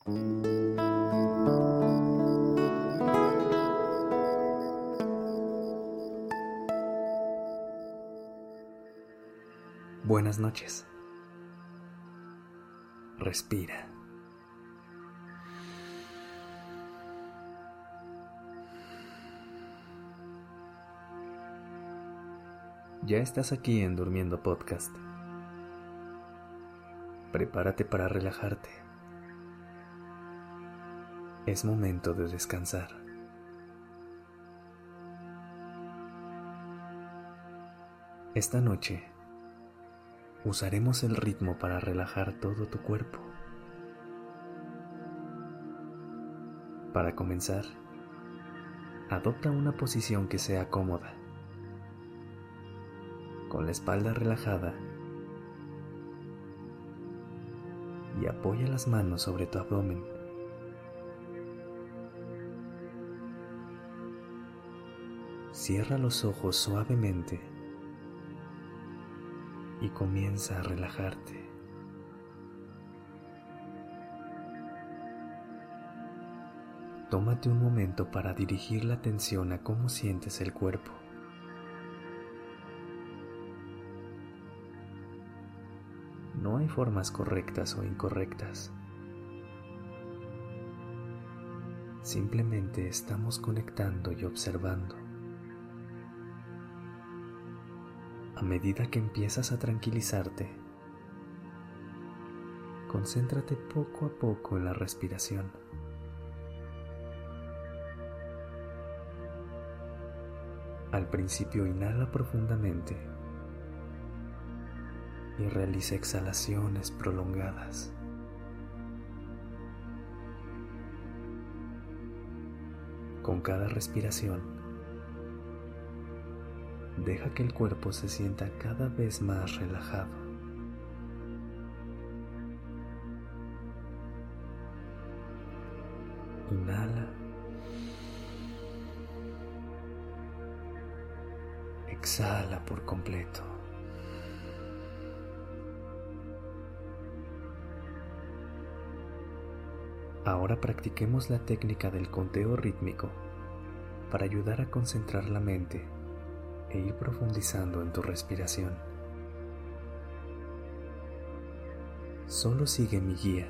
Buenas noches. Respira. Ya estás aquí en Durmiendo Podcast. Prepárate para relajarte. Es momento de descansar. Esta noche usaremos el ritmo para relajar todo tu cuerpo. Para comenzar, adopta una posición que sea cómoda, con la espalda relajada, y apoya las manos sobre tu abdomen. Cierra los ojos suavemente y comienza a relajarte. Tómate un momento para dirigir la atención a cómo sientes el cuerpo. No hay formas correctas o incorrectas. Simplemente estamos conectando y observando. A medida que empiezas a tranquilizarte, concéntrate poco a poco en la respiración. Al principio inhala profundamente y realiza exhalaciones prolongadas. Con cada respiración, deja que el cuerpo se sienta cada vez más relajado. Inhala. Exhala por completo. Ahora practiquemos la técnica del conteo rítmico para ayudar a concentrar la mente e ir profundizando en tu respiración. Solo sigue mi guía.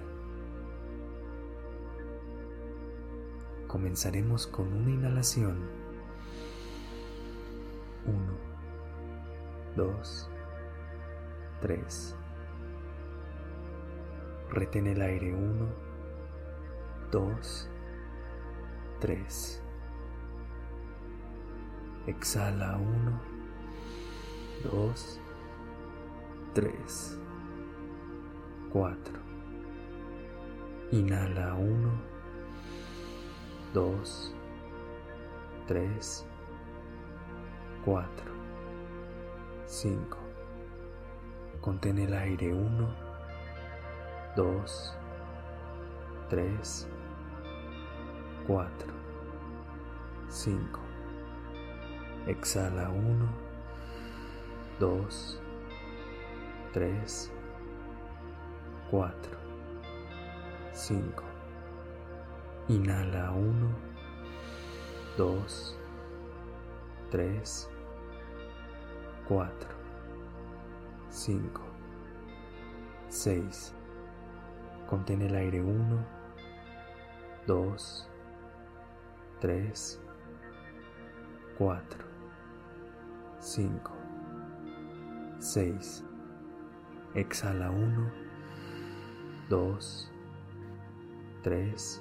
Comenzaremos con una inhalación. 1, 2, 3. Retén el aire. 1, 2, 3. Exhala. 1, 2, 3, 4. Inhala. 1, 2, 3, 4, 5. Contén el aire. 1, 2, 3, 4, 5. Exhala. 1, 2, 3, 4, 5. Inhala. 1, 2, 3, 4, 5, 6. Contén el aire. 1, 2, 3, 4, 5, 6. Exhala. 1, 2, 3,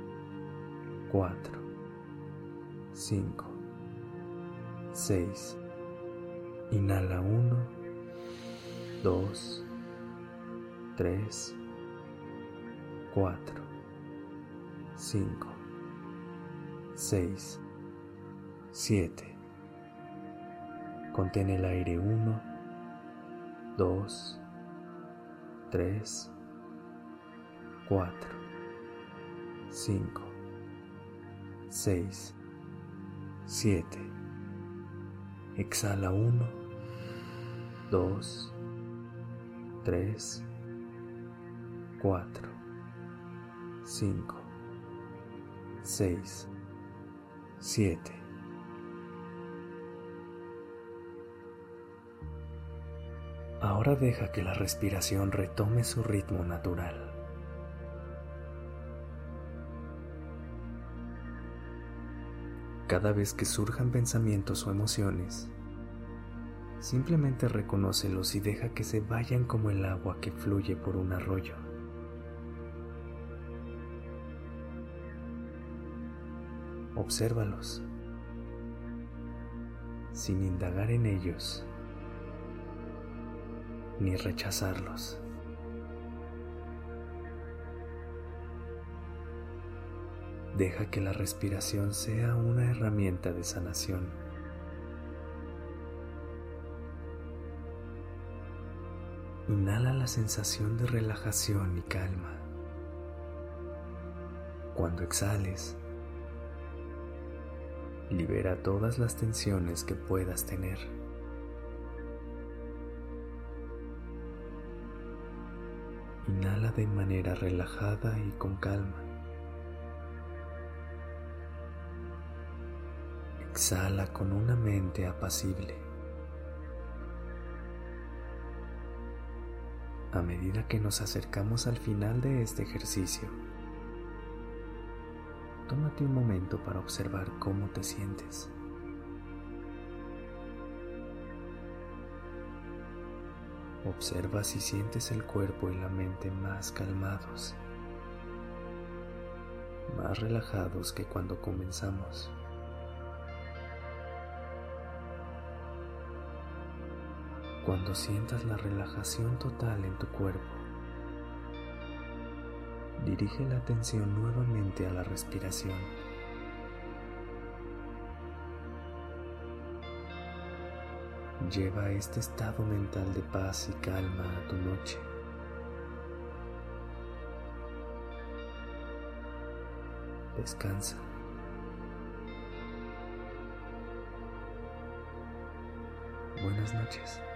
4, 5, 6. Inhala. 1, 2, 3, 4, 5, 6, 7. Contén el aire. 1, 2, 3, 4, 5, 6, 7. Exhala. 1, 2, 3, 4, 5, 6, 7. Ahora deja que la respiración retome su ritmo natural. Cada vez que surjan pensamientos o emociones, simplemente reconócelos y deja que se vayan como el agua que fluye por un arroyo. Obsérvalos, sin indagar en ellos ni rechazarlos. Deja que la respiración sea una herramienta de sanación. Inhala la sensación de relajación y calma. Cuando exhales, libera todas las tensiones que puedas tener. Inhala de manera relajada y con calma. Exhala con una mente apacible. A medida que nos acercamos al final de este ejercicio, tómate un momento para observar cómo te sientes. Observa si sientes el cuerpo y la mente más calmados, más relajados que cuando comenzamos. Cuando sientas la relajación total en tu cuerpo, dirige la atención nuevamente a la respiración. Lleva este estado mental de paz y calma a tu noche. Descansa. Buenas noches.